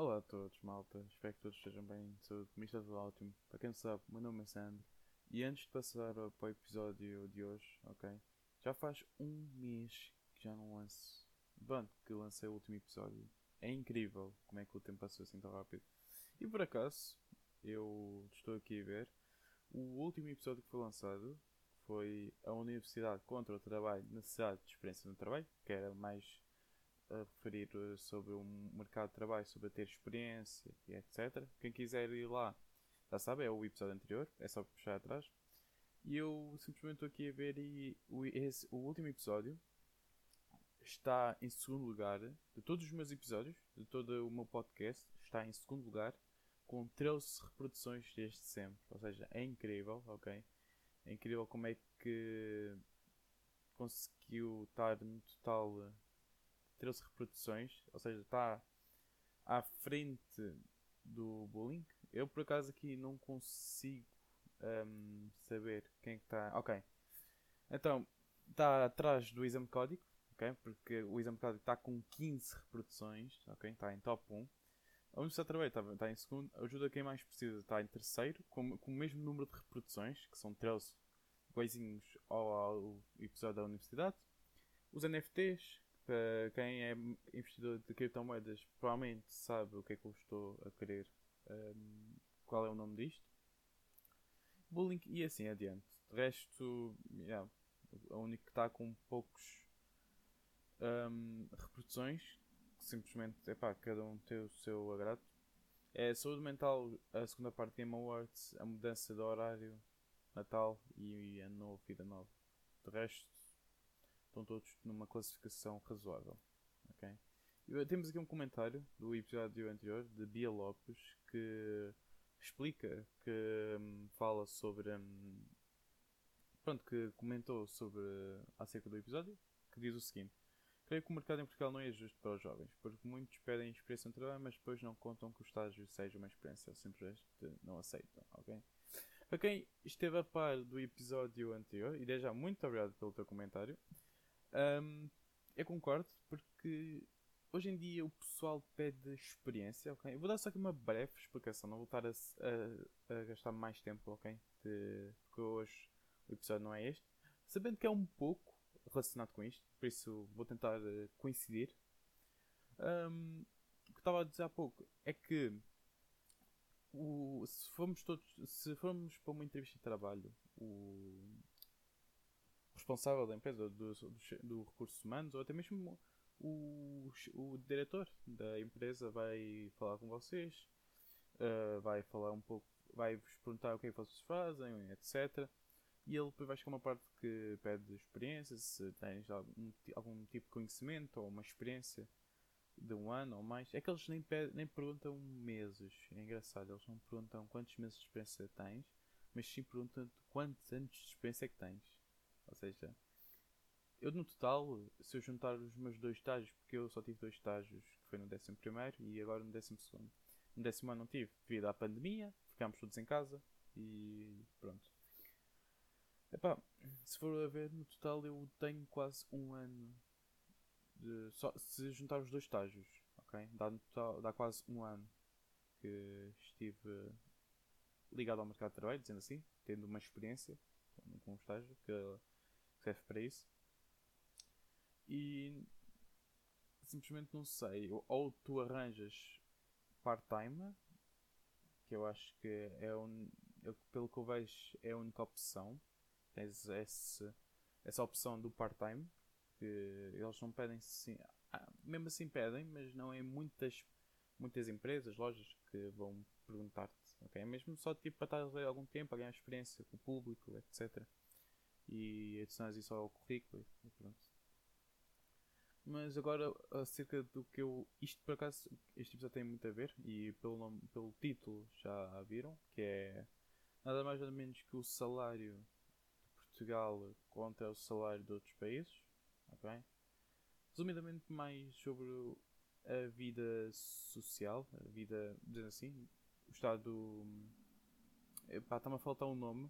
Olá a todos, malta. Espero que todos estejam bem de saúde. Comigo está tudo ótimo. Para quem não sabe, o meu nome é Sandro. E antes de passar para o episódio de hoje, ok? Já faz um mês que já não lanço. Bom, que lancei o último episódio. É incrível como é que o tempo passou assim tão rápido. E por acaso, eu estou aqui a ver. O último episódio que foi lançado foi a Universidade contra o Trabalho, Necessidade de Experiência no Trabalho, que era mais a referir sobre o mercado de trabalho, sobre a ter experiência e etc. Quem quiser ir lá, já sabe, é o episódio anterior, é só puxar atrás. E eu simplesmente estou aqui a ver e o último episódio está em segundo lugar de todos os meus episódios, de todo o meu podcast, está em segundo lugar com 13 reproduções desde sempre. Ou seja, é incrível, ok? É incrível como é que conseguiu estar no total 13 reproduções, ou seja, está à frente do bullying. Eu por acaso aqui não consigo saber quem é que está. Ok, então está atrás do exame código, ok? Porque o exame código está com 15 reproduções, ok? Está em top 1. A Universidade de Trabalho está em segundo, ajuda quem mais precisa está em terceiro, com o mesmo número de reproduções, que são 13 coisinhos ao episódio da Universidade. Os NFTs, para quem é investidor de criptomoedas, provavelmente sabe o que é que eu estou a querer, qual é o nome disto. Bullying e assim adiante. De resto, yeah, a única que está com poucos reproduções, que simplesmente, epá, cada um tem o seu agrado. É a saúde mental, a segunda parte de Game Awards, a mudança do horário, Natal e Ano Novo, Vida Nova. De resto, estão todos numa classificação razoável. Okay? E temos aqui um comentário do episódio anterior de Bia Lopes que explica, que fala sobre. Pronto, que comentou sobre acerca do episódio, que diz o seguinte: creio que o mercado em Portugal não é justo para os jovens, porque muitos pedem experiência no trabalho, mas depois não contam que o estágio seja uma experiência, simplesmente não aceitam, ok? Para quem esteve a par do episódio anterior, e desde já muito obrigado pelo teu comentário, um, eu concordo, porque hoje em dia o pessoal pede experiência, ok? Eu vou dar só aqui uma breve explicação, não vou estar a gastar mais tempo, ok? Porque hoje o episódio não é este. Sabendo que é um pouco relacionado com isto, por isso vou tentar coincidir. O que estava a dizer há pouco é que se formos para uma entrevista de trabalho, o responsável da empresa, do recursos humanos, ou até mesmo o diretor da empresa vai falar com vocês, vai falar um pouco, vai vos perguntar o que é que vocês fazem, etc. E ele depois vai chegar a uma parte que pede experiência, se tens algum tipo de conhecimento ou uma experiência de um ano ou mais. É que eles nem perguntam meses. É engraçado, eles não perguntam quantos meses de experiência tens, mas sim perguntam quantos anos de experiência é que tens. Ou seja, eu no total, se eu juntar os meus dois estágios, porque eu só tive dois estágios, que foi no 11º e agora no 12º. No 10º ano não tive, devido à pandemia, ficámos todos em casa e pronto. Epá, se for a ver, no total eu tenho quase um ano só, se juntar os dois estágios, ok? Dá, no total, dá quase um ano que estive ligado ao mercado de trabalho, dizendo assim, tendo uma experiência com um estágio que serve para isso. E simplesmente não sei. Ou tu arranjas part-time, que eu acho que pelo que eu vejo é a única opção. Tens essa opção do part-time, que eles não pedem sim. Mesmo assim pedem, mas não é muitas empresas, lojas que vão perguntar-te. Okay? É mesmo só tipo para estar a algum tempo, a ganhar experiência com o público, etc. E adicionar isso ao currículo e pronto. Mas agora acerca do que eu. Isto por acaso, este episódio tem muito a ver, e pelo título já viram, que é nada mais nada menos que o salário de Portugal contra o salário de outros países. Ok? Resumidamente mais sobre a vida social, a vida, dizendo assim, o estado. Epá, está-me a faltar um nome.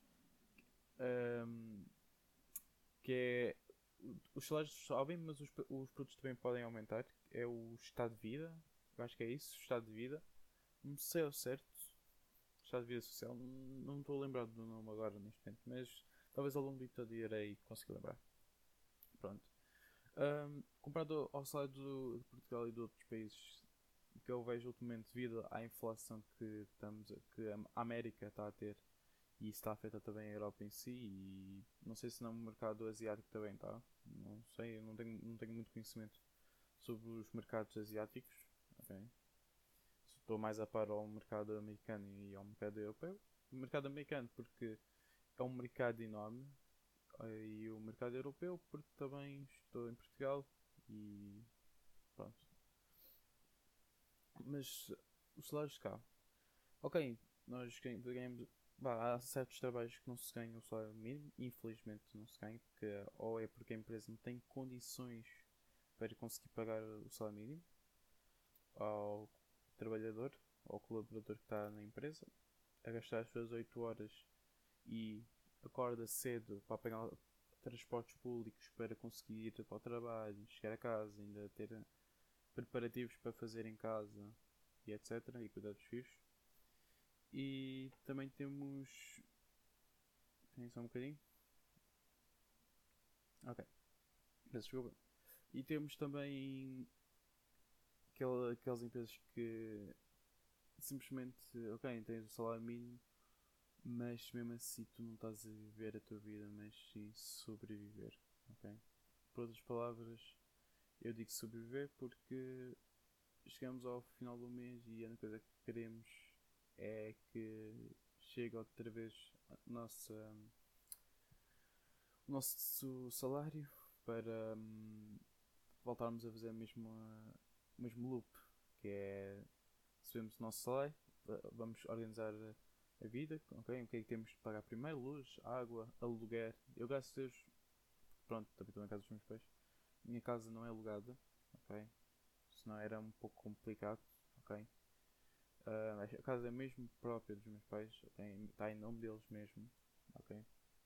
ahm, que é os salários sobem, mas os produtos também podem aumentar. É o estado de vida. Eu acho que é isso, estado de vida. Não sei ao certo. Estado de vida social. Não estou a lembrar do nome agora neste momento, mas talvez ao longo do episódio irei conseguir lembrar. Pronto. Comparado ao salário de Portugal e de outros países que eu vejo ultimamente devido à inflação que a América está a ter, e isso está a afetar também a Europa em si, e não sei se não o mercado asiático também está. Não sei, eu não tenho muito conhecimento sobre os mercados asiáticos. Ok? Estou mais a par ao mercado americano e ao mercado europeu. O mercado americano porque é um mercado enorme, e o mercado europeu porque também estou em Portugal e pronto. Mas os salários de cá, ok, nós ganhamos. Há certos trabalhos que não se ganha o salário mínimo, infelizmente não se ganha, porque ou é porque a empresa não tem condições para conseguir pagar o salário mínimo ao trabalhador, ao colaborador que está na empresa, a gastar as suas 8 horas e acorda cedo para apanhar transportes públicos para conseguir ir para o trabalho, chegar a casa, ainda ter preparativos para fazer em casa e etc. E cuidar dos filhos. E também temos. Tem só um bocadinho? Ok, peço desculpa. E temos também aquelas empresas que simplesmente, ok, tens o salário mínimo, mas mesmo assim tu não estás a viver a tua vida, mas sim sobreviver, ok? Por outras palavras, eu digo sobreviver porque chegamos ao final do mês e a única coisa que queremos é que chegue outra vez o nosso salário para voltarmos a fazer o mesmo loop, que é recebemos o nosso salário, vamos organizar a vida, ok? O que é que temos de pagar primeiro? Luz, água, aluguer. Eu graças a Deus, pronto, também estou na casa dos meus pais. Minha casa não é alugada, ok? Senão era um pouco complicado, ok? A casa é mesmo própria dos meus pais, está em nome deles mesmo, ok?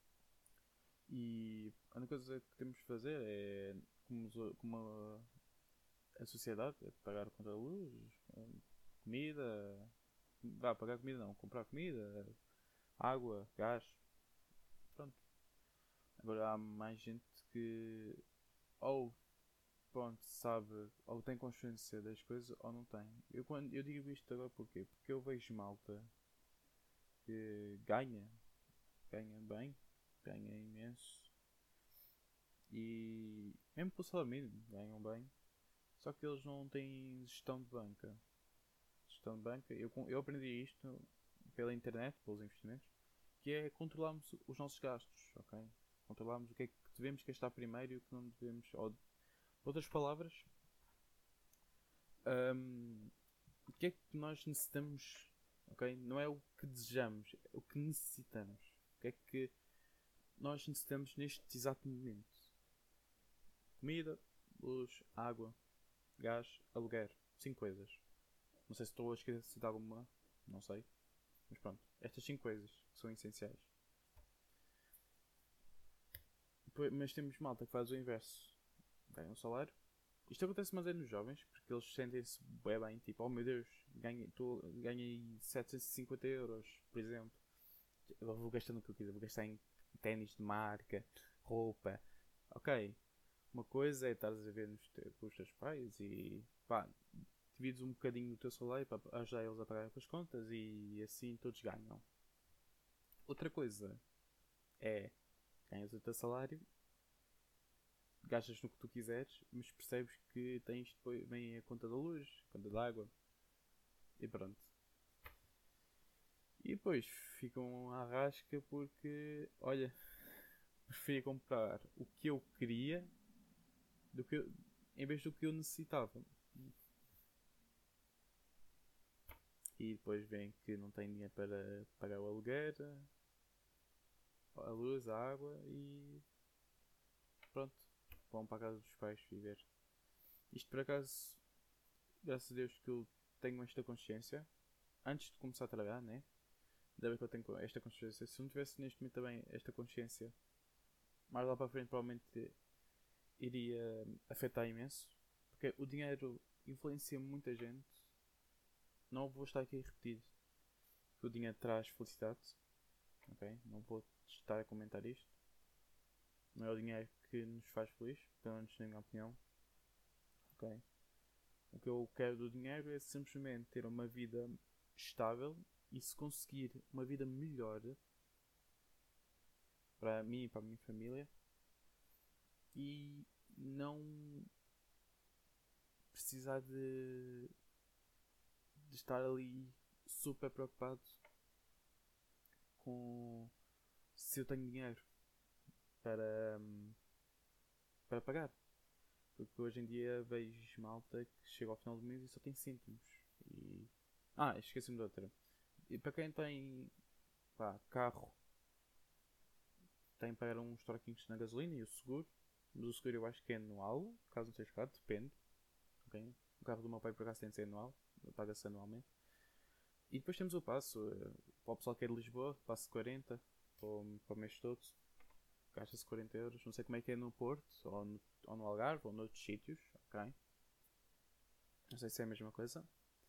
E a única coisa que temos de fazer é, como a sociedade, é pagar a conta da luz, comida, pagar comida não, comprar comida, água, gás, pronto. Agora há mais gente que ou pronto, sabe, ou tem consciência das coisas ou não tem. Eu digo isto agora porquê? Porque eu vejo malta que ganha bem, ganha imenso, e mesmo pelo salário mínimo ganham bem, só que eles não têm gestão de banca. Gestão de banca, eu aprendi isto pela internet, pelos investimentos, que é controlarmos os nossos gastos, ok? Controlarmos o que é que devemos gastar primeiro e o que não devemos. Ou, outras palavras, o que é que nós necessitamos, ok? Não é o que desejamos, é o que necessitamos. O que é que nós necessitamos neste exato momento? Comida, luz, água, gás, aluguer. 5 coisas. Não sei se estou a esquecer de alguma, não sei. Mas pronto, estas 5 coisas que são essenciais. Mas temos malta que faz o inverso. Ganha um salário. Isto acontece mais é nos jovens, porque eles sentem-se bem, tipo, oh meu Deus, ganhei 750 euros, por exemplo. Eu vou gastar no que eu quiser, vou gastar em ténis de marca, roupa. Ok, uma coisa é estares a ver com os teus pais e pá, divides um bocadinho do teu salário para ajudar eles a pagar as contas e assim todos ganham. Outra coisa é ganhas o teu salário, gastas no que tu quiseres, mas percebes que tens depois vem a conta da luz, a conta da água e pronto. E depois ficam à rasca porque, olha, preferia comprar o que eu queria em vez do que eu necessitava. E depois vem que não tem dinheiro para pagar o aluguer, a luz, a água e pronto, vão para a casa dos pais viver. Isto por acaso, graças a Deus que eu tenho esta consciência antes de começar a trabalhar, né? Ainda bem que eu tenho esta consciência. Se não tivesse neste momento também esta consciência, mais lá para a frente provavelmente iria afetar imenso. Porque o dinheiro influencia muita gente não vou estar aqui a repetir que o dinheiro traz felicidade, ok? Não vou estar a comentar isto. Não é o dinheiro que nos faz feliz, pelo menos na minha opinião, ok? O que eu quero do dinheiro é simplesmente ter uma vida estável e se conseguir uma vida melhor para mim e para a minha família e não precisar de estar ali super preocupado com se eu tenho dinheiro para, para pagar. Porque hoje em dia vejo malta que chega ao final do mês e só tem cêntimos. E... Ah, esqueci-me de outra. E para quem tem carro, tem que pagar uns troquinhos na gasolina e o seguro. Mas o seguro eu acho que é anual, caso não esteja errado, depende. Okay? O carro do meu pai por acaso tem de ser anual, paga-se anualmente. E depois temos o passo, para o pessoal que é de Lisboa, passo de 40 para o mês todo, gasta-se 40€. Não sei como é que é no Porto, ou no Algarve, ou noutros sítios, ok? Não sei se é a mesma coisa.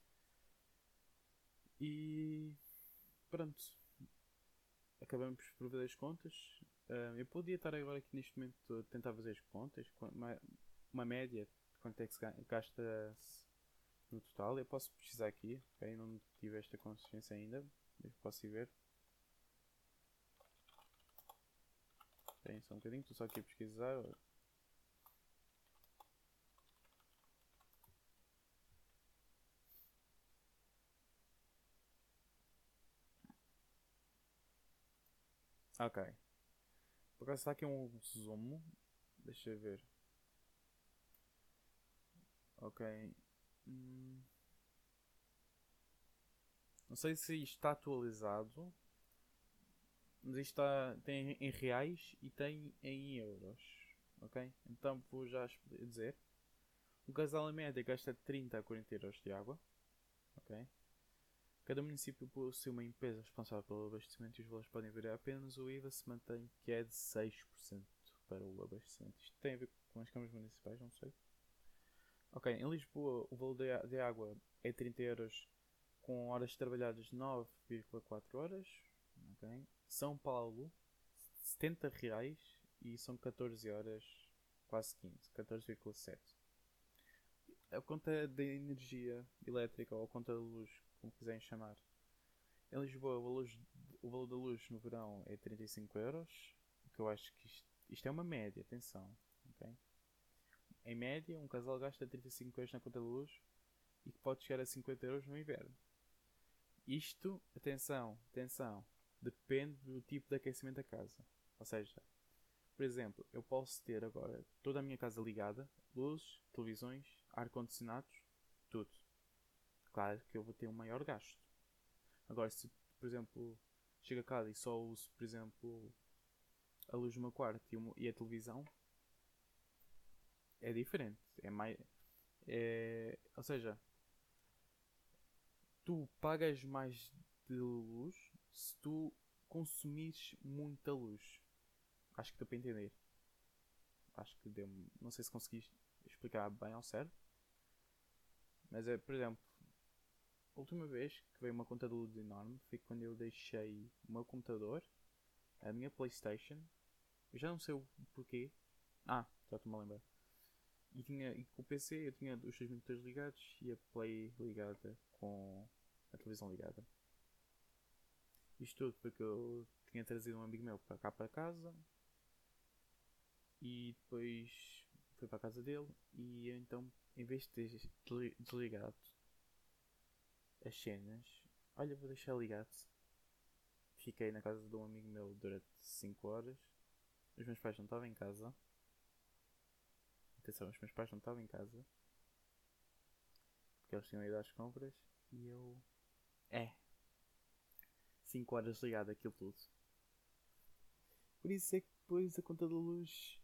E pronto, acabamos por fazer as contas. Eu podia estar agora aqui neste momento a tentar fazer as contas, uma média de quanto é que se gasta no total. Eu posso pesquisar aqui, ok? Não tive esta consciência ainda, mas posso ir ver. Tem só um bocadinho, estou só aqui a pesquisar. Ok. Por acaso está aqui um resumo. Deixa eu ver. Ok. Não sei se isto está atualizado. Mas isto tem em reais e tem em euros. Ok? Então vou já dizer. Um casal em média gasta 30 a 40€ de água. Ok? Cada município possui uma empresa responsável pelo abastecimento e os valores podem variar. Apenas o IVA se mantém, que é de 6% para o abastecimento. Isto tem a ver com as câmaras municipais, não sei. Ok, em Lisboa o valor de água é 30€, com horas trabalhadas 9,4 horas. Okay. São Paulo 70 reais e são 14 horas, quase 15, 14,7. A conta de energia elétrica ou a conta de luz, como quiserem chamar. Em Lisboa o valor da luz no verão é 35€, o que eu acho que isto é uma média, atenção. Okay? Em média, um casal gasta 35€ na conta de luz e que pode chegar a 50€ no inverno. Isto, atenção, depende do tipo de aquecimento da casa. Ou seja, por exemplo, eu posso ter agora toda a minha casa ligada, luzes, televisões, ar-condicionados, tudo. Claro que eu vou ter um maior gasto. Agora, se, por exemplo, chego a casa e só uso, por exemplo, a luz do meu quarto e a televisão, é diferente. É mais, ou seja, tu pagas mais de luz se tu consumires muita luz. Acho que deu para entender. Acho que deu. Não sei se consegui explicar bem ao certo. Mas é, por exemplo, a última vez que veio uma conta de luz enorme foi quando eu deixei o meu computador, a minha Playstation. Eu já não sei o porquê. Ah, já estou-me a lembrar. E com o PC eu tinha os dois monitores ligados e a Play ligada com a televisão ligada. Isto tudo porque eu tinha trazido um amigo meu para cá para casa e depois fui para a casa dele e então em vez de ter desligado as cenas, olha, vou deixar ligado. Fiquei na casa de um amigo meu durante 5 horas. Os meus pais não estavam em casa. Atenção, os meus pais não estavam em casa porque eles tinham ido às compras e eu. 5 horas ligado aquilo tudo. Por isso é que depois a conta da luz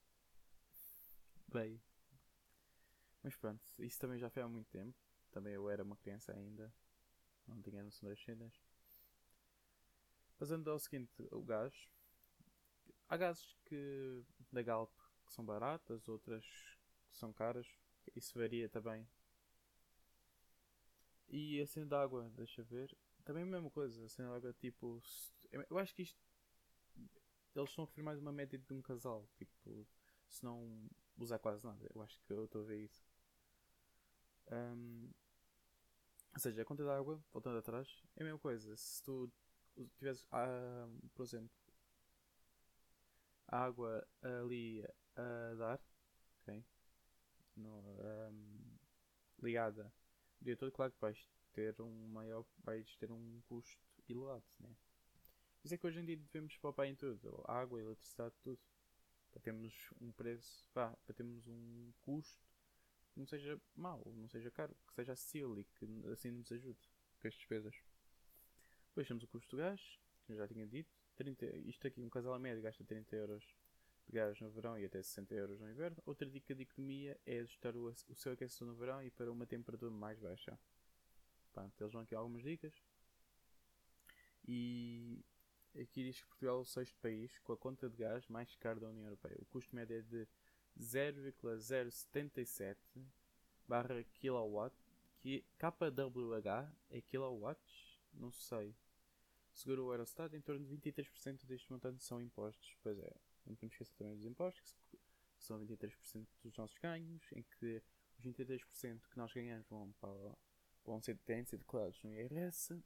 veio. Mas pronto, isso também já foi há muito tempo. Também eu era uma criança ainda. Não tinha noção das cenas. Passando ao seguinte, o gás. Há gases que da Galp que são baratas, outras que são caras. Isso varia também. E a cena da água, deixa ver. Também é a mesma coisa, a cena da água, tipo. Eu acho que isto. Eles estão a referir mais uma média de um casal, tipo. Se não usar quase nada. Eu acho que eu estou a ver isso. Ahm, ou seja, a conta da água, voltando atrás, é a mesma coisa. Se tu tivesse, por exemplo, a água ali a dar, ok? No, ligada o dia todo, claro que vais ter um custo elevado, né? Por isso é que hoje em dia devemos poupar em tudo, água, eletricidade, tudo, para termos um preço, para termos um custo que não seja mau, não seja caro, que seja acessível e que assim nos ajude com as despesas. Depois temos o custo do gás, que eu já tinha dito, 30, isto aqui, um casal médio gasta 30 euros de gás no verão e até 60 euros no inverno. Outra dica de economia é ajustar o seu aquecedor no verão e para uma temperatura mais baixa. Pronto, eles dão aqui algumas dicas. E aqui diz que Portugal é o sexto país com a conta de gás mais cara da União Europeia. O custo médio é de 0,077 barra kilowatt, que KWH é kilowatts? Não sei. Segundo o Eurostat, em torno de 23% deste montante são impostos. Pois é, não podemos esquecer também dos impostos, que são 23% dos nossos ganhos, em que os 23% que nós ganhamos têm de ser declarados no IRS.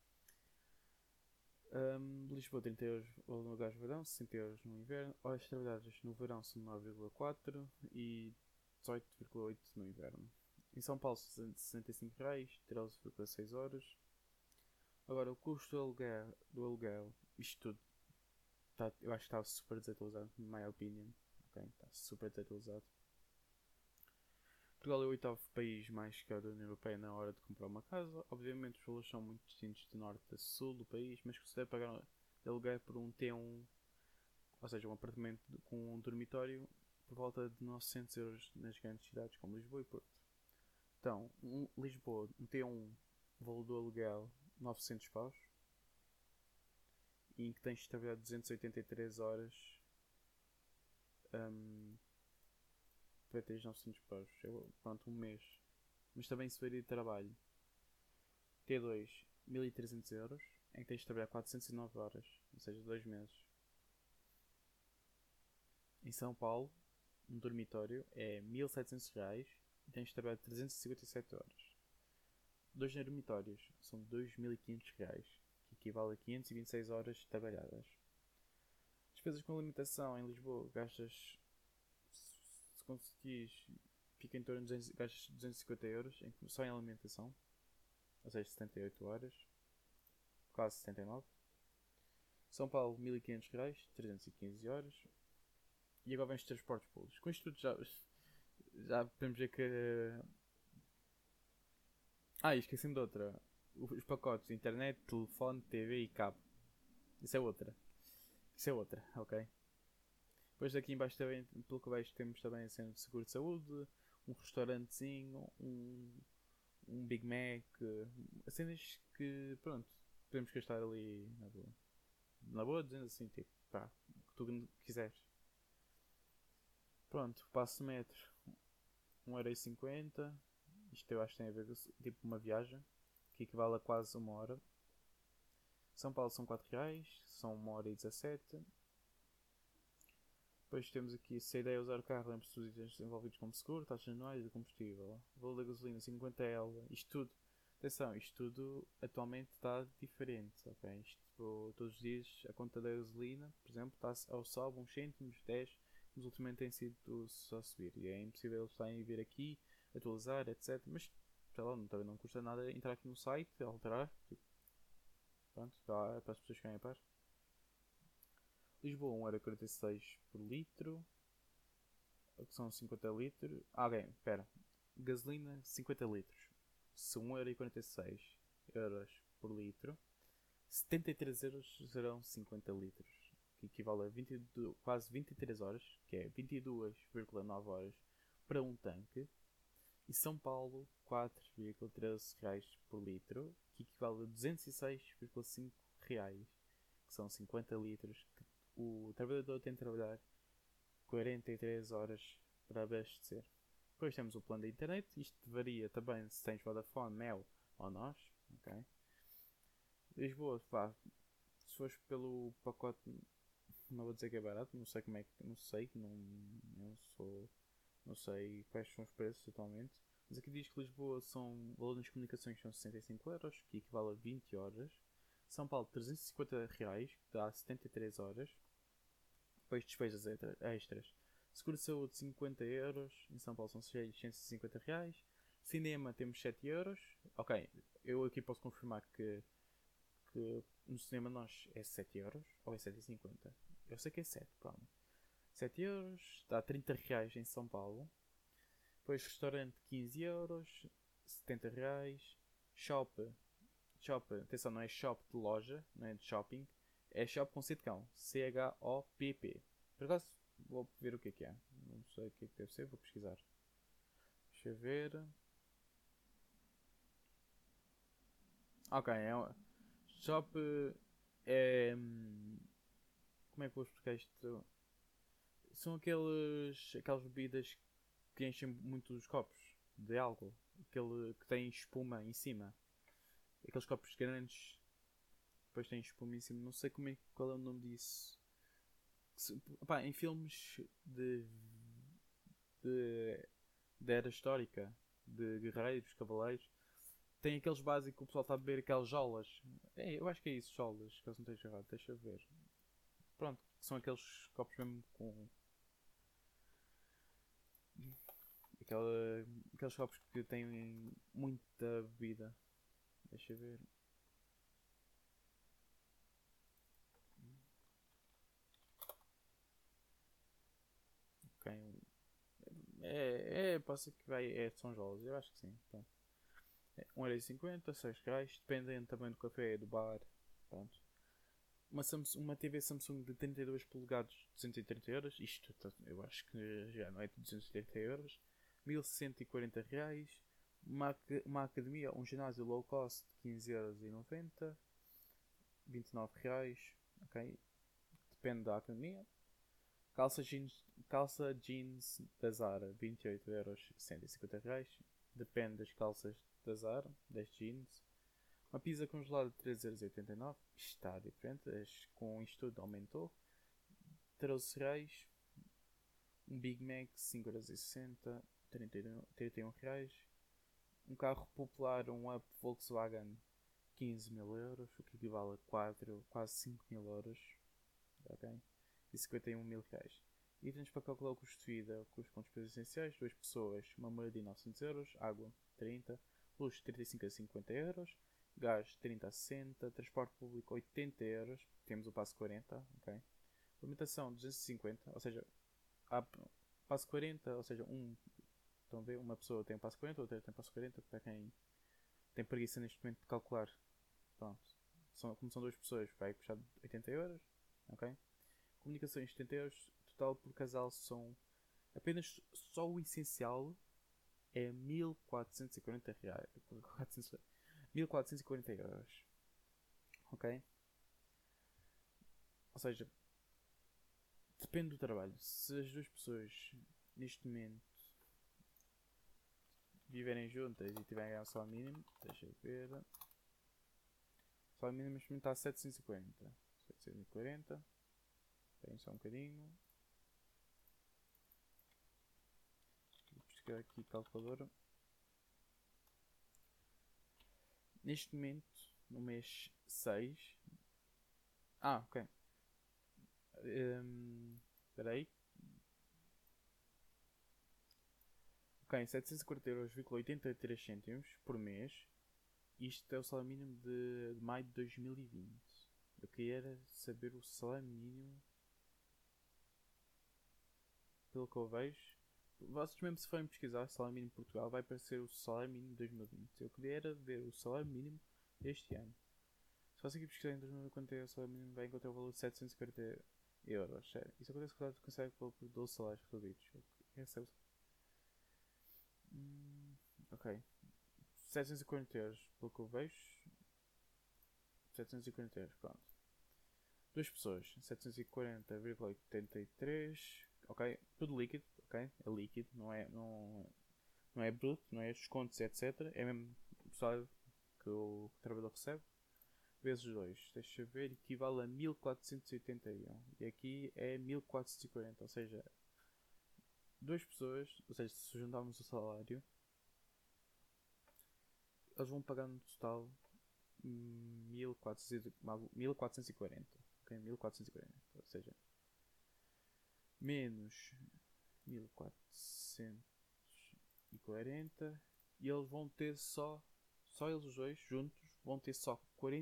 Lisboa 30 euros no gás no verão, 60 euros no inverno. Horas trabalhadas no verão são 9,4 e 18,8 no inverno. Em São Paulo 65 reais, 13,6 horas. Agora o custo do aluguel, isto tudo, eu acho que está super desatualizado, na minha opinião. Okay? Está super desatualizado. Portugal é o oitavo país mais caro da União Europeia na hora de comprar uma casa. Obviamente os valores são muito distintos de norte a sul do país, mas considera pagar de aluguel por um T1, ou seja, um apartamento com um dormitório, por volta de 900 euros nas grandes cidades como Lisboa e Porto. Então, Lisboa, um T1, valor do aluguel 900 paus, e em que tens de trabalhar 283 horas para teres 900 paus. Pronto, um mês. Mas também se varia de trabalho. T2, 1300 euros, em que tens de trabalhar 409 horas, ou seja, 2 meses. Em São Paulo, um dormitório é 1700 reais e tens de trabalhar 357 horas. 2 dormitórios são 2500 reais, que equivale a 526 horas trabalhadas. Despesas com alimentação em Lisboa, gastas, se conseguires, fica em torno de gastas 250 euros só em alimentação, ou seja, 78 horas, quase 79. São Paulo, 1500 reais, 315 horas. E agora vem os transportes públicos. Com isto tudo já podemos ver que. Esqueci-me de outra. Os pacotes de internet, telefone, TV e cabo. Isso é outra. Ok. Depois daqui em baixo também, pelo que vejo, temos também a cena de seguro de saúde, um restaurantezinho, um Big Mac, cenas que, pronto, podemos gastar ali na boa. Na boa, dizendo assim, tipo, pá, o que tu quiseres. Pronto, passo metro, 1,50€. Isto eu acho que tem a ver com tipo uma viagem, que equivale a quase uma hora. São Paulo são 4 reais, são 1h17. Depois temos aqui, se a ideia é usar o carro, lembre-se dos itens envolvidos como seguro, taxas anuais e combustível. Valor da gasolina 50L, isto tudo. Atenção, isto tudo atualmente está diferente, ok? Isto, todos os dias a conta da gasolina, por exemplo, está ao salvo uns cêntimos, 10, mas ultimamente tem sido só subir. E é impossível eles estarem a vir aqui, atualizar, etc. Mas, sei lá, também não custa nada entrar aqui no site, alterar. Tipo, pronto, está para as pessoas ficarem a par. Lisboa 1,46€ por litro, que são 50 litros. Ok, espera. Gasolina 50 litros. Se 1,46€ por litro, 73 euros serão 50 litros, que equivale a quase 23 horas, que é 22,9 horas para um tanque. E São Paulo 4,13 reais por litro, que equivale a 206,5 reais, que são 50 litros, que o trabalhador tem de trabalhar 43 horas para abastecer. Depois temos o plano da internet. Isto varia também se tens Vodafone, Mel, ou nós, ok? Lisboa, pá, se fores pelo pacote, não vou dizer que é barato, não sei como é que, não sei quais são os preços atualmente, mas aqui diz que Lisboa são, valor das comunicações são 65€, que equivale a 20 horas, São Paulo 350 reais, que dá 73 horas, depois despesas extras, seguro de saúde 50€, em São Paulo são 650 reais, cinema temos 7€, ok, eu aqui posso confirmar que no cinema nós é 7€ ou é 7,50€. Eu sei que é 7, pronto. 7€, dá 30 reais em São Paulo. Depois restaurante 15€, 70 reais. Shop, atenção, não é shop de loja, não é de shopping. É shop com C de cão. CHOPP. Por acaso, vou ver o que é. Não sei o que é que deve ser, vou pesquisar. Deixa eu ver. Ok, shop é. Como é que vou explicar isto? São aquelas bebidas que enchem muito os copos de álcool. Aquele que tem espuma em cima. Aqueles copos grandes, depois tem espuma em cima. Não sei qual é o nome disso. Pá, em filmes de, de era histórica, de guerreiros, cavaleiros, tem aqueles básicos que o pessoal está a beber aquelas jolas. Eu acho que é isso, jolas, caso não esteja errado. Deixa eu ver. Pronto, são aqueles copos mesmo com aquela, aqueles copos que têm muita bebida. Deixa eu ver. Ok. Pode ser que vai. É São João, eu acho que sim. Pronto. 1,50€, 6 reais, dependendo também do café, do bar. Pronto. Uma TV Samsung de 32 polegadas, 230€. Isto eu acho que já não é de 230€. 1.140 reais. Uma academia, um ginásio low cost, 15,90€. 29 reais. Ok. Depende da academia. Calça jeans da Zara, 28€, 150 reais. Depende das calças da Zara, das jeans. Uma pizza congelada, 3,89€. Está diferente, com isto tudo aumentou. 13 reais. Um Big Mac, 5,60€, 31 reais. Um carro popular, um Up Volkswagen, 15.000€, o que equivale a quase 5.000€. Ok? E 51.000 reais. Itens para calcular o custo de vida, custo com despesas essenciais, 2 pessoas, uma moradia 900€, água 30, luz 35 a 50€, gás 30 a 60, transporte público 80€, temos o passo 40, ok? Alimentação 250, ou seja, há passo 40, ou seja, estão a ver, uma pessoa tem o passo 40, outra tem o passo 40, para quem tem preguiça neste momento de calcular, pronto, como são 2 pessoas, vai custar 80€, ok? Comunicações 70€, total por casal são apenas só o essencial é 1.440 reais. 1.440€. Ok? Ou seja, depende do trabalho. Se as duas pessoas neste momento viverem juntas e tiverem a ganhar o salário mínimo, deixa eu ver. O salário mínimo neste momento está a 750. 740. Esperem só um bocadinho. Vou pesquisar aqui calculadora. Neste momento, no mês 6. Ok. Espera aí. Ok, 740,83€ por mês. Isto é o salário mínimo de maio de 2020. Eu queria saber o salário mínimo. Pelo que eu vejo. Vocês mesmo se forem pesquisar salário mínimo em Portugal, vai aparecer o salário mínimo de 2020. Eu queria era ver o salário mínimo deste ano. Se você aqui pesquisar em 2020 quanto é o salário mínimo, vai encontrar o valor de 740€. Sério. Isso acontece quando você consegue por 12 salários reduzidos. Recebe. Ok. 740€, pelo que eu vejo. 740€, pronto. Duas pessoas, 740,83€. Ok, tudo líquido, ok? É líquido, não é bruto, não é descontos, etc. É mesmo salário que o trabalhador recebe, vezes 2, deixa eu ver, equivale a 1481. E aqui é 1440, ou seja, duas pessoas, ou seja, se juntarmos o salário, eles vão pagar no total 1440. Ok? 1440. Ou seja, menos 1440. E eles vão ter só eles os dois juntos, vão ter só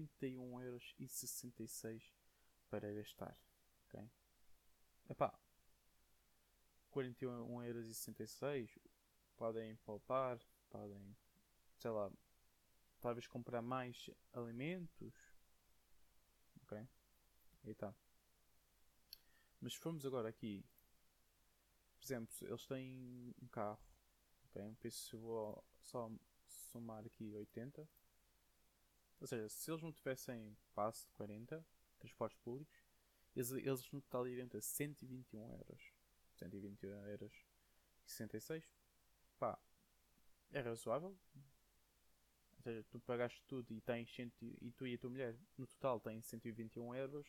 41,66€ para gastar. Ok? Epá, 41,66€, podem poupar, podem, sei lá, talvez comprar mais alimentos. Ok? Aí tá. Mas se formos agora aqui, por exemplo, eles têm um carro, ok? Por isso eu vou só somar aqui 80. Ou seja, se eles não tivessem passe de 40 transportes públicos, eles no total iriam ter 121€. 121,66€. Pá, é razoável. Ou seja, tu pagaste tudo e tens e tu e a tua mulher no total têm 121€.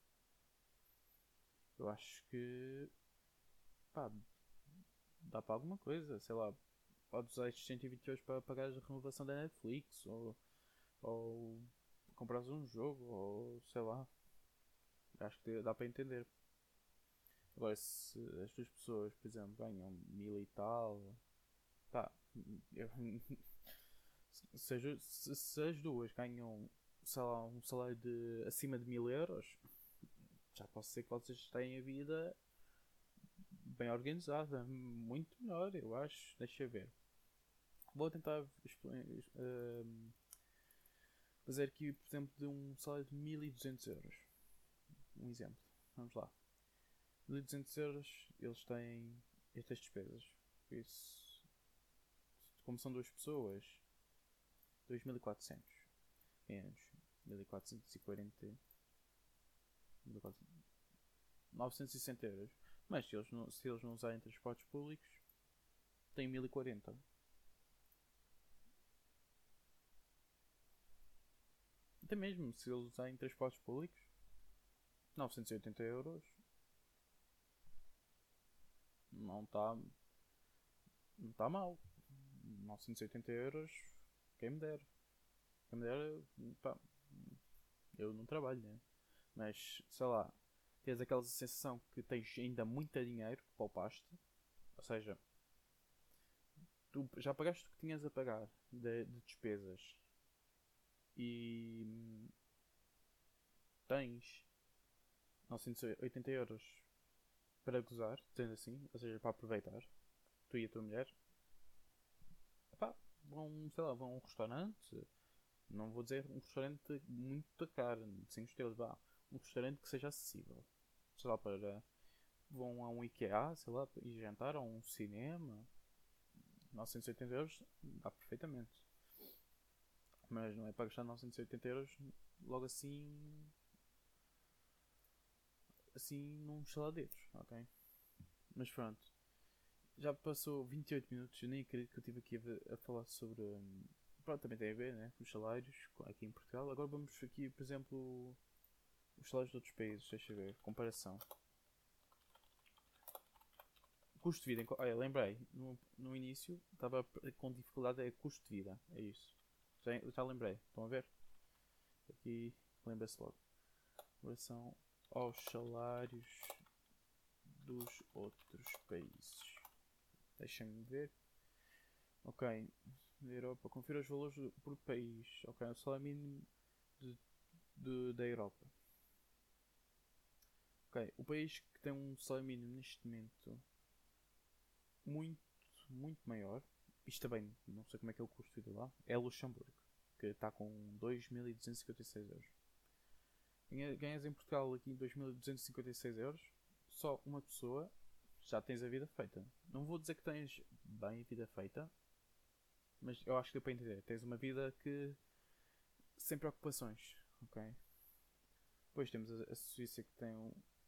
Eu acho que, pá, dá para alguma coisa. Sei lá, podes usar estes 120€ para pagar a renovação da Netflix, ou comprar um jogo, ou sei lá. Acho que dá para entender. Agora, se as duas pessoas, por exemplo, ganham 1000 e tal, pá, eu, se as duas ganham, sei lá, um salário de acima de 1000€, já posso dizer que vocês têm a vida bem organizada, muito melhor, eu acho. Deixa eu ver. Vou tentar fazer aqui, por exemplo, de um salário de 1200€. Um exemplo. Vamos lá. 1200€, eles têm estas despesas. Por isso, como são duas pessoas, 2400 menos 1440, 960€. Mas se eles não usarem transportes públicos, têm 1040. Até mesmo se eles usarem transportes públicos, 980€. Não está não tá mal. 980€, quem me dera. Quem me dera, pá, eu não trabalho, né? Mas, sei lá, tens aquela sensação que tens ainda muito dinheiro que poupaste. Ou seja, tu já pagaste o que tinhas a pagar de despesas e tens 980€ para gozar, sendo assim, ou seja, para aproveitar, tu e a tua mulher. Epá, vão, sei lá, vão a um restaurante. Não vou dizer um restaurante muito caro, de 5 estrelas, vá. Um restaurante que seja acessível. Sei lá, para. Vão a um IKEA, sei lá, e jantar, ou a um cinema. 980€ dá perfeitamente. Mas não é para gastar 980€ logo assim. Assim num estaladeiros, ok? Mas pronto. Já passou 28 minutos, eu nem acredito que eu estive aqui a falar sobre. Pronto, também tem a ver, né? Os salários aqui em Portugal. Agora vamos aqui, por exemplo, os salários de outros países. Deixa eu ver, comparação. Custo de vida. Olha, lembrei, no início estava com dificuldade, é custo de vida. É isso. Já lembrei. Estão a ver? Aqui lembra-se logo. Comparação aos salários dos outros países. Deixem-me ver. Ok. Da Europa. Confira os valores por país. Ok. O salário mínimo da Europa. Ok. O país que tem um salário mínimo neste momento muito, muito maior. Isto também, não sei como é que é o custo de vida lá. É Luxemburgo. Que está com 2256€. Ganhas em Portugal aqui 2256€. Só uma pessoa, já tens a vida feita. Não vou dizer que tens bem a vida feita, mas eu acho que deu para entender. Tens uma vida que sem preocupações, ok? Depois temos a Suíça que tem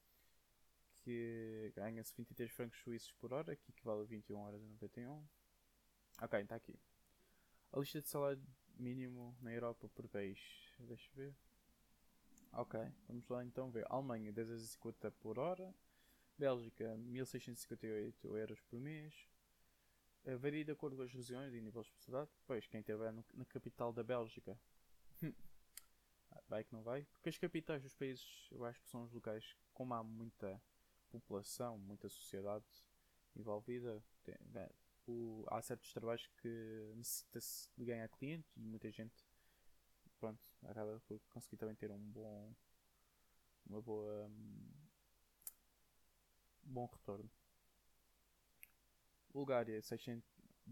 que ganha-se 23 francos suíços por hora, que equivale a 21,91€. Ok, está aqui. A lista de salário mínimo na Europa por país. Deixa eu ver. Ok, vamos lá então ver. Alemanha 10,50 por hora. Bélgica 1658 euros por mês. Varia de acordo com as regiões e níveis de especialidade. Pois, quem estiver na capital da Bélgica vai que não vai. Porque as capitais dos países eu acho que são os locais como há muita população, muita sociedade envolvida. Há certos trabalhos que necessita-se de ganhar clientes e muita gente pronto, acaba por conseguir também ter uma boa bom retorno. Bulgária 600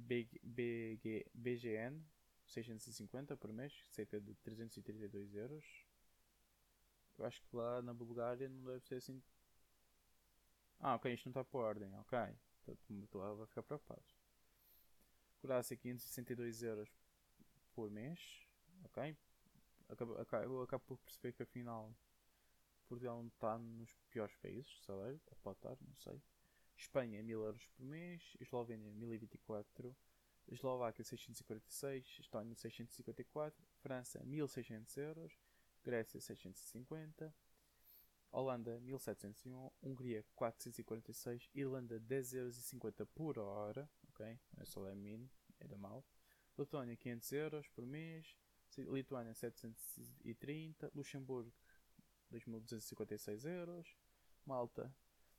BGN 650 por mês, cerca de 332 euros. Eu acho que lá na Bulgária não deve ser assim. Ok, isto não está por ordem, ok. Estou a ficar preocupado. Croácia 562 euros por mês, ok. Eu acabo por perceber que afinal Portugal não está nos piores países de salário, ou pode estar, não sei. Espanha 1000 euros por mês, Eslovénia 1024, Eslováquia 646, Estónia 654, França 1600 euros, Grécia 650, Holanda 1701, Hungria 446, Irlanda 10,50 euros por hora, ok? É só é mínimo, era mal. Letónia 500 euros por mês, Lituânia 730, Luxemburgo 2256 euros, Malta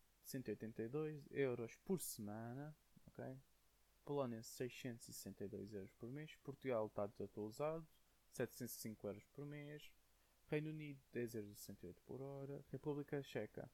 182 euros por semana, ok? Polónia 662 euros por mês, Portugal está desatualizado, 705 euros por mês, Reino Unido 10,68 euros por hora, República Checa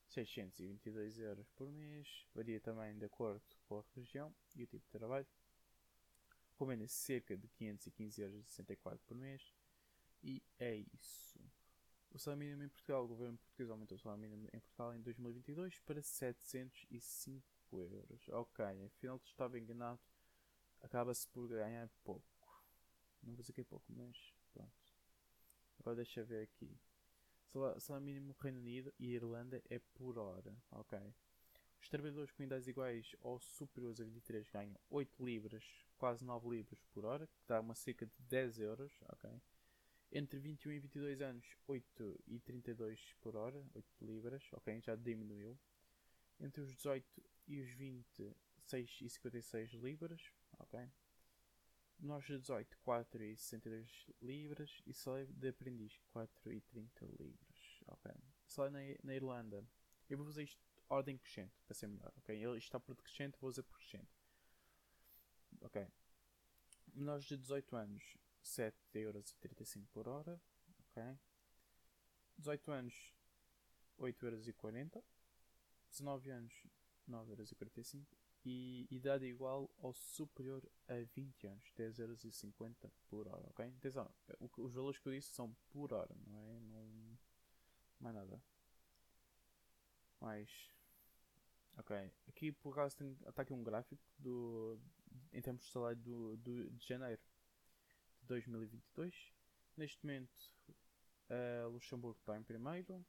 622 euros por mês, varia também de acordo com a região e o tipo de trabalho. Romênia cerca de 515,64 euros por mês. E é isso. O salário mínimo em Portugal, o governo português aumentou o salário mínimo em Portugal em 2022 para 705 euros. Ok, afinal estava enganado, acaba-se por ganhar pouco. Não vou dizer que é pouco, mas pronto. Agora deixa eu ver aqui. Salário mínimo no Reino Unido e Irlanda é por hora, ok. Os trabalhadores com idades iguais ou superiores a 23 ganham 8 libras, quase 9 libras por hora, que dá uma cerca de 10 euros, ok. Entre 21 e 22 anos, 8,32 por hora, 8 libras, ok, já diminuiu. Entre os 18 e os 20, 6,56 libras, ok. Menores de 18, 4,62 libras e salário de aprendiz, 4,30 libras, ok. Salário na Irlanda, eu vou fazer isto ordem crescente, para ser melhor, ok. Ele está por decrescente, vou usar por crescente, ok. Menores de 18 anos, 7,35€ por hora, ok. 18 anos, 8,40€. 19 anos, 9,45€ e idade igual ou superior a 20 anos, 10,50€ por hora, ok? Atenção, os valores que eu disse são por hora, não é? Não, mais nada. Mais. Ok, aqui por acaso está aqui um gráfico em termos de salário de janeiro de 2022. Neste momento, Luxemburgo está em primeiro.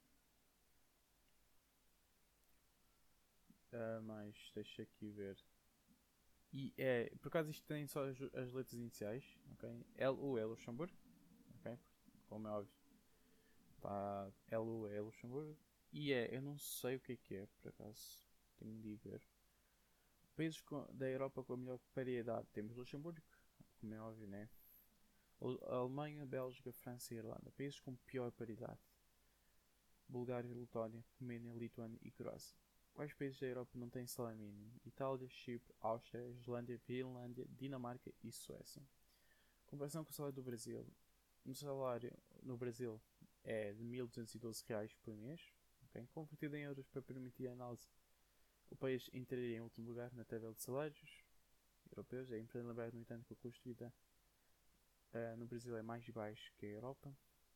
Mas deixa aqui ver. E por acaso isto tem só as letras iniciais, ok? LU é Luxemburgo, ok? Como é óbvio. Tá, LU é Luxemburgo. E eu não sei o que é, por acaso. Tenho de ir ver. Países da Europa com a melhor paridade. Temos Luxemburgo, como é óbvio, né? Alemanha, Bélgica, França e Irlanda. Países com pior paridade. Bulgária, Letónia, Romênia, Lituânia e Croácia. Quais países da Europa não têm salário mínimo? Itália, Chipre, Áustria, Islândia, Finlândia, Dinamarca e Suécia. Comparação com o salário do Brasil. O salário no Brasil é de 1.212 reais por mês. Okay? Convertido em euros para permitir a análise, o país entraria em último lugar na tabela de salários europeus. É importante lembrar, no entanto, que o custo de vida no Brasil é mais baixo que a Europa.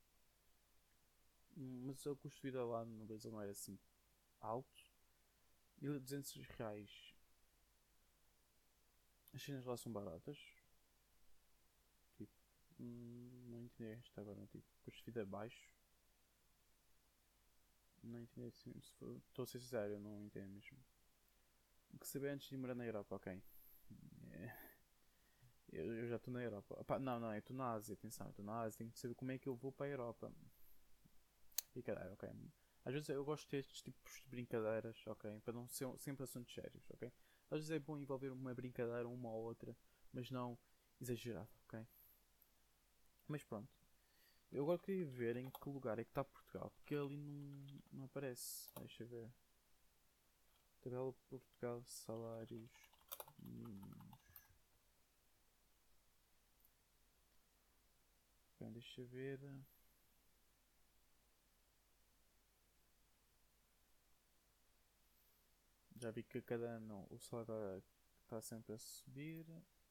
Mas o custo de vida lá no Brasil não era assim alto. 1.200 reais. As cenas lá são baratas. Tipo, não entendi esta agora. Tipo, custo de vida baixo. Não entendi assim. Estou a ser sincero, eu não entendo mesmo. O que saber antes de morar na Europa, ok. Eu já estou na Europa. Opa, não, não, eu estou na Ásia, atenção, eu estou na Ásia, tenho que saber como é que eu vou para a Europa. E caralho, ok. Às vezes eu gosto de ter estes tipos de brincadeiras, ok? Para não ser sempre assuntos sérios, ok? Às vezes é bom envolver uma brincadeira, uma ou outra, mas não exagerado, ok? Mas pronto. Eu agora queria ver em que lugar é que está Portugal, porque ali não aparece. Deixa eu ver. Tabela Portugal, salários mínimos. Bem, deixa eu ver. Já vi que a cada ano o salário está sempre a subir.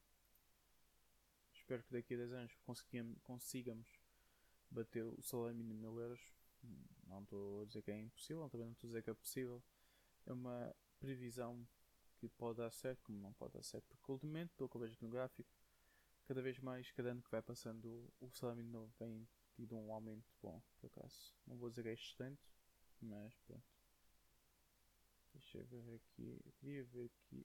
Espero que daqui a 10 anos consigamos bater o salário mínimo de 1000 euros. Não estou a dizer que é impossível, também não estou a dizer que é possível. É uma previsão que pode dar certo, como não pode dar certo, porque ultimamente, pelo que eu vejo no gráfico, cada vez mais, cada ano que vai passando, o salário mínimo vem tido um aumento bom, por acaso. Não vou dizer que é excelente, mas pronto. Deixa eu ver aqui. Eu queria ver aqui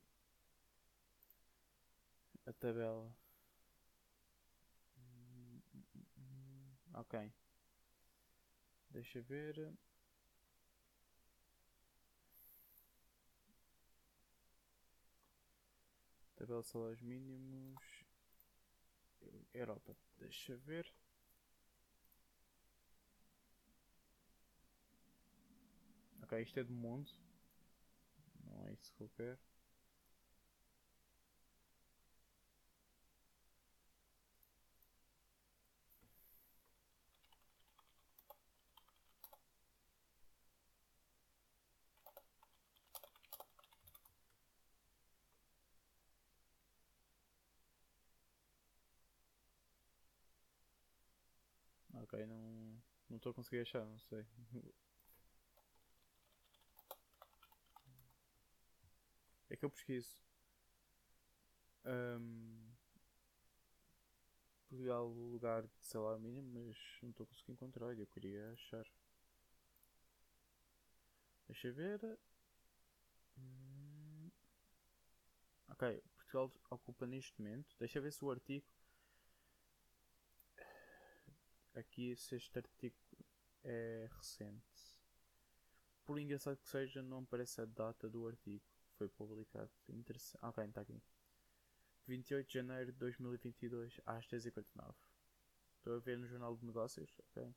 a tabela. Ok. Deixa eu ver. Tabela de salários mínimos. Europa. Deixa eu ver. Ok, isto é do mundo. Não é isso que eu quero. Ok, não estou a conseguir achar, não sei. É que eu pesquiso. Um, Portugal, lugar de salário mínimo, mas não estou a conseguir encontrar. Eu queria achar. Deixa eu ver. Ok, Portugal ocupa neste momento. Deixa eu ver se o artigo. Aqui, se este artigo é recente. Por engraçado que seja, não aparece a data do artigo que foi publicado. Interessante. Ok, está aqui. 28 de janeiro de 2022, às 10h59. Estou a ver no Jornal de Negócios, ok?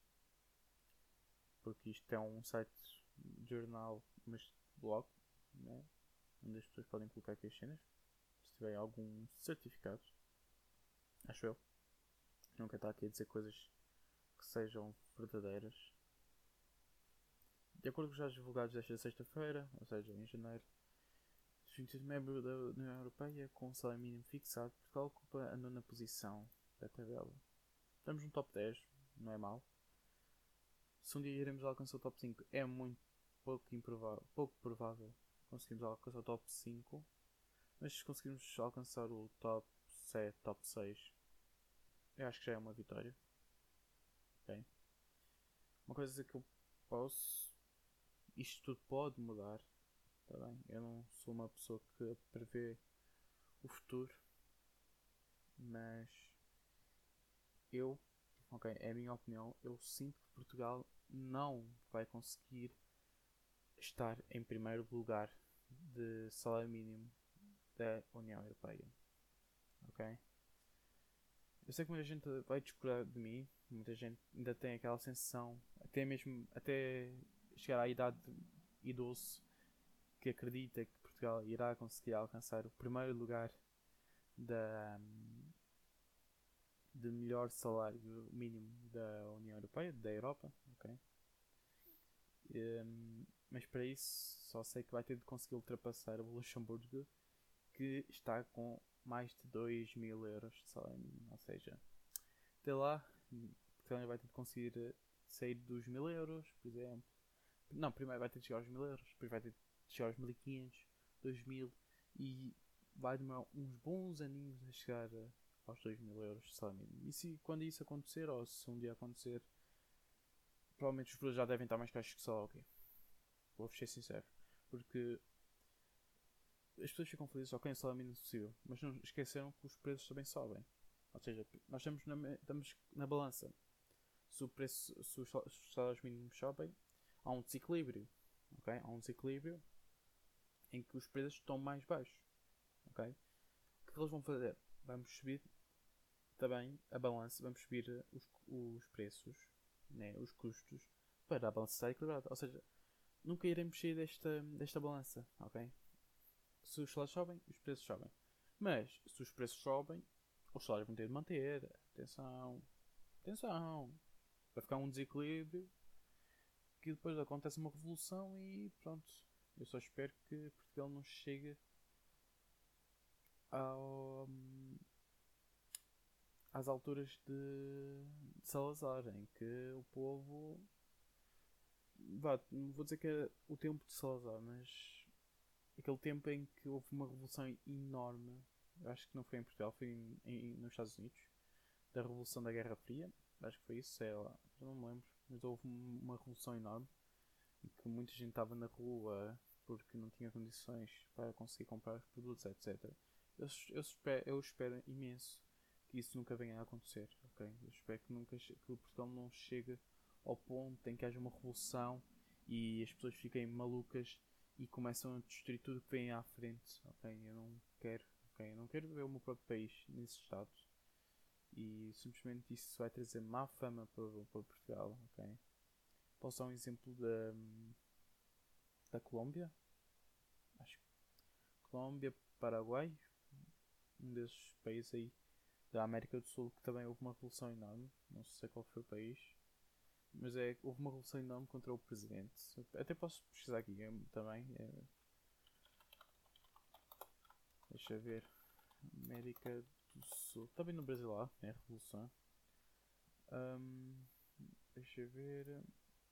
Porque isto é um site de jornal, mas blog, né? Onde as pessoas podem colocar aqui as cenas. Se tiver algum certificado, acho eu. Nunca está aqui a dizer coisas que sejam verdadeiras. De acordo com os dados divulgados desta sexta-feira, ou seja, em janeiro, dos 28 membros da União Europeia com um salário mínimo fixado, Portugal ocupa a nona posição da tabela. Estamos no top 10, não é mau. Se um dia iremos alcançar o top 5, é muito pouco provável conseguirmos alcançar o top 5, mas se conseguirmos alcançar o top 7, top 6, eu acho que já é uma vitória. Okay? Uma coisa que eu posso. Isto tudo pode mudar, tá bem? Eu não sou uma pessoa que prevê o futuro, mas eu, ok, é a minha opinião, eu sinto que Portugal não vai conseguir estar em primeiro lugar de salário mínimo da União Europeia. Ok? Eu sei que muita gente vai discordar de mim, muita gente ainda tem aquela sensação, até mesmo até chegar à idade de idoso, que acredita que Portugal irá conseguir alcançar o primeiro lugar da, de melhor salário mínimo da União Europeia, da Europa, ok? Mas para isso só sei que vai ter de conseguir ultrapassar o Luxemburgo, que está com mais de 2000 euros de salário mínimo, ou seja, até lá Portugal vai ter de conseguir sair dos 1000 euros, por exemplo. Não, primeiro vai ter de chegar aos 1000 euros, depois vai ter de chegar aos 1500, 2000 e vai demorar uns bons aninhos a chegar aos 2000 euros de salário mínimo. E se quando isso acontecer, ou se um dia acontecer, provavelmente os produtos já devem estar mais caros que só, ok? Vou ser sincero. Porque as pessoas ficam felizes, ok, o salário mínimo possível, mas não esqueceram que os preços também sobem. Ou seja, nós estamos na balança. Se os salários mínimos sobem, há um desequilíbrio. Okay? Há um desequilíbrio em que os preços estão mais baixos. Okay? O que eles vão fazer? Vamos subir também a balança, vamos subir os preços, né, os custos, para a balança estar equilibrada. Ou seja, nunca iremos sair desta balança. Okay? Se os salários sobem, os preços sobem. Mas se os preços sobem, os salários vão ter de manter. Atenção, atenção. Vai ficar um desequilíbrio que depois acontece uma revolução e pronto. Eu só espero que Portugal não chegue ao, às alturas de Salazar, em que o povo. Não vou dizer que é o tempo de Salazar, mas aquele tempo em que houve uma revolução enorme. Eu acho que não foi em Portugal, foi nos Estados Unidos, da Revolução da Guerra Fria. Acho que foi isso, sei lá, já não me lembro. Mas houve uma revolução enorme em que muita gente estava na rua porque não tinha condições para conseguir comprar os produtos, etc. Eu espero imenso que isso nunca venha a acontecer. Okay? Eu espero que Portugal não chegue ao ponto em que haja uma revolução e as pessoas fiquem malucas e começam a destruir tudo que vem à frente. Okay? Eu não quero. Okay? Eu não quero ver o meu próprio país nesse estado. E simplesmente isso vai trazer má fama para Portugal. Okay? Posso dar um exemplo da Colômbia? Acho que Colômbia, Paraguai, um desses países aí da América do Sul que também houve uma revolução enorme. Não sei qual foi o país, mas houve uma revolução enorme contra o presidente. Até posso pesquisar aqui também. Deixa eu ver. América do Sul. Também no Brasil lá, é a revolução. Deixa eu ver.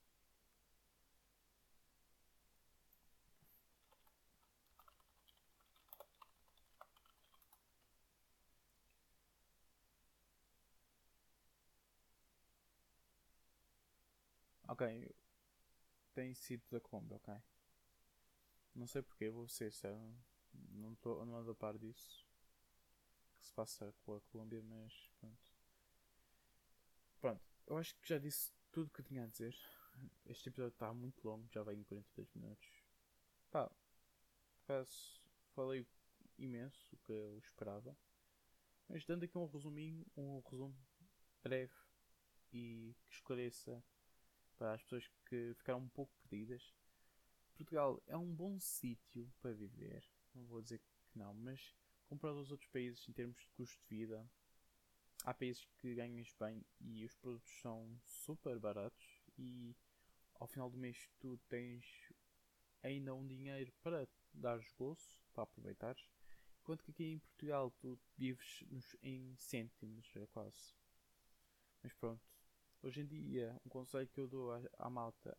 Ok, tem sido da Colômbia, ok. Não sei porquê, vou ser sério. Não ando a par disso. Que se passa com a Colômbia, mas pronto. Pronto, eu acho que já disse tudo o que tinha a dizer. Este episódio está muito longo, já vai em 42 minutos. Pá, falei imenso o que eu esperava. Mas dando aqui um resuminho, um resumo breve e que esclareça para as pessoas que ficaram um pouco perdidas. Portugal é um bom sítio para viver, não vou dizer que não, mas comparado aos outros países em termos de custo de vida, há países que ganhas bem e os produtos são super baratos e ao final do mês tu tens ainda um dinheiro para dar esgoço, para aproveitares, enquanto que aqui em Portugal tu vives em cêntimos, é quase. Mas pronto, hoje em dia um conselho que eu dou à malta,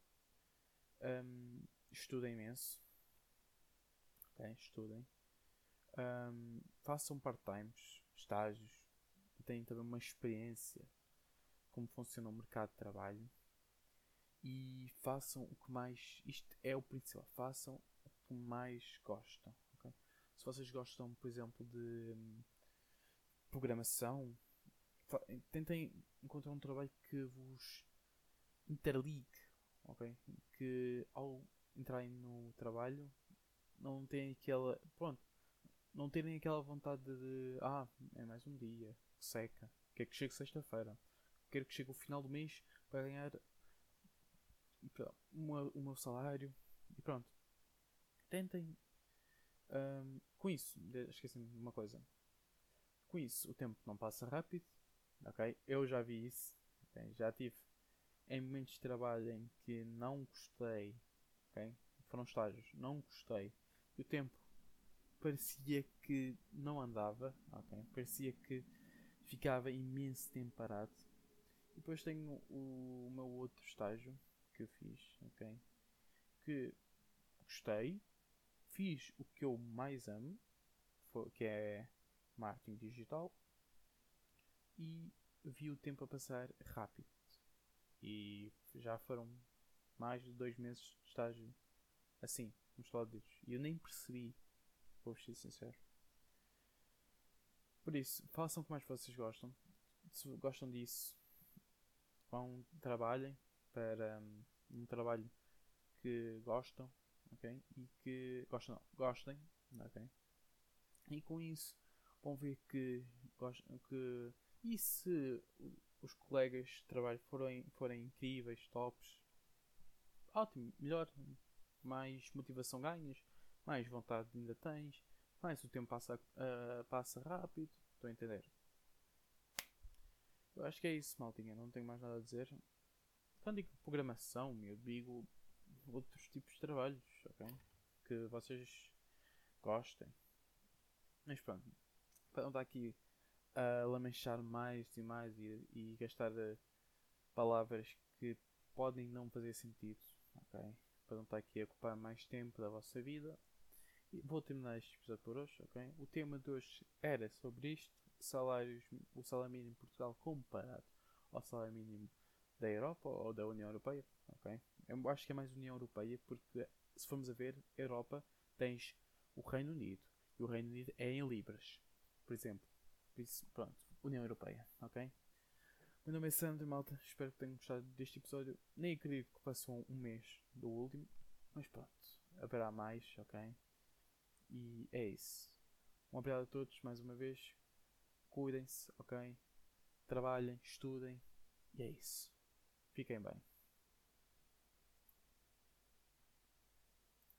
estudem imenso, ok? Estudem. Façam part-times, estágios, tenham também uma experiência como funciona o mercado de trabalho e façam o que mais, isto é o principal, façam o que mais gostam. Okay? Se vocês gostam, por exemplo, de programação, tentem encontrar um trabalho que vos interligue, ok? Que ao entrarem no trabalho não tenham aquela, pronto, não terem aquela vontade de é mais um dia, seca, quero que chegue sexta-feira, quero que chegue o final do mês para ganhar o meu salário e pronto. Tentem com isso, esqueci-me de uma coisa. Com isso o tempo não passa rápido, ok? Eu já vi isso, okay? Já tive em momentos de trabalho em que não gostei, ok? Foram estágios, não gostei. E o tempo parecia que não andava, ok? Parecia que ficava imenso tempo parado. E depois tenho o meu outro estágio que eu fiz, ok? Que gostei, fiz o que eu mais amo, que é marketing digital, e vi o tempo a passar rápido. E já foram mais de 2 meses de estágio assim, nos estados. E eu nem percebi. vou-vos ser sincero. Por isso, façam como mais vocês gostam. Se gostam disso, vão, trabalhem para um trabalho que gostam, ok? E que gostam, não, gostem, ok? E com isso vão ver que gostam que e se os colegas de trabalho forem incríveis, tops, ótimo, melhor, mais motivação ganhas, mais vontade ainda tens, mais o tempo passa rápido, estou a entender. Eu acho que é isso, maltinha, não tenho mais nada a dizer. Quando digo programação, eu digo outros tipos de trabalhos, ok? Que vocês gostem. Mas pronto, para não estar aqui a lamanchar mais e mais e gastar palavras que podem não fazer sentido, ok? Para não estar aqui a ocupar mais tempo da vossa vida. E vou terminar este episódio por hoje, ok? O tema de hoje era sobre isto, o salário mínimo em Portugal comparado ao salário mínimo da Europa ou da União Europeia, ok? Eu acho que é mais União Europeia porque se formos a ver, Europa tens o Reino Unido e o Reino Unido é em libras, por exemplo. Por isso, pronto, União Europeia, ok? Meu nome é Sandro, malta. Espero que tenham gostado deste episódio. Nem acredito que passou um mês do último, mas pronto, haverá mais, ok? E é isso. Um obrigado a todos mais uma vez. Cuidem-se, ok? Trabalhem, estudem. E é isso. Fiquem bem.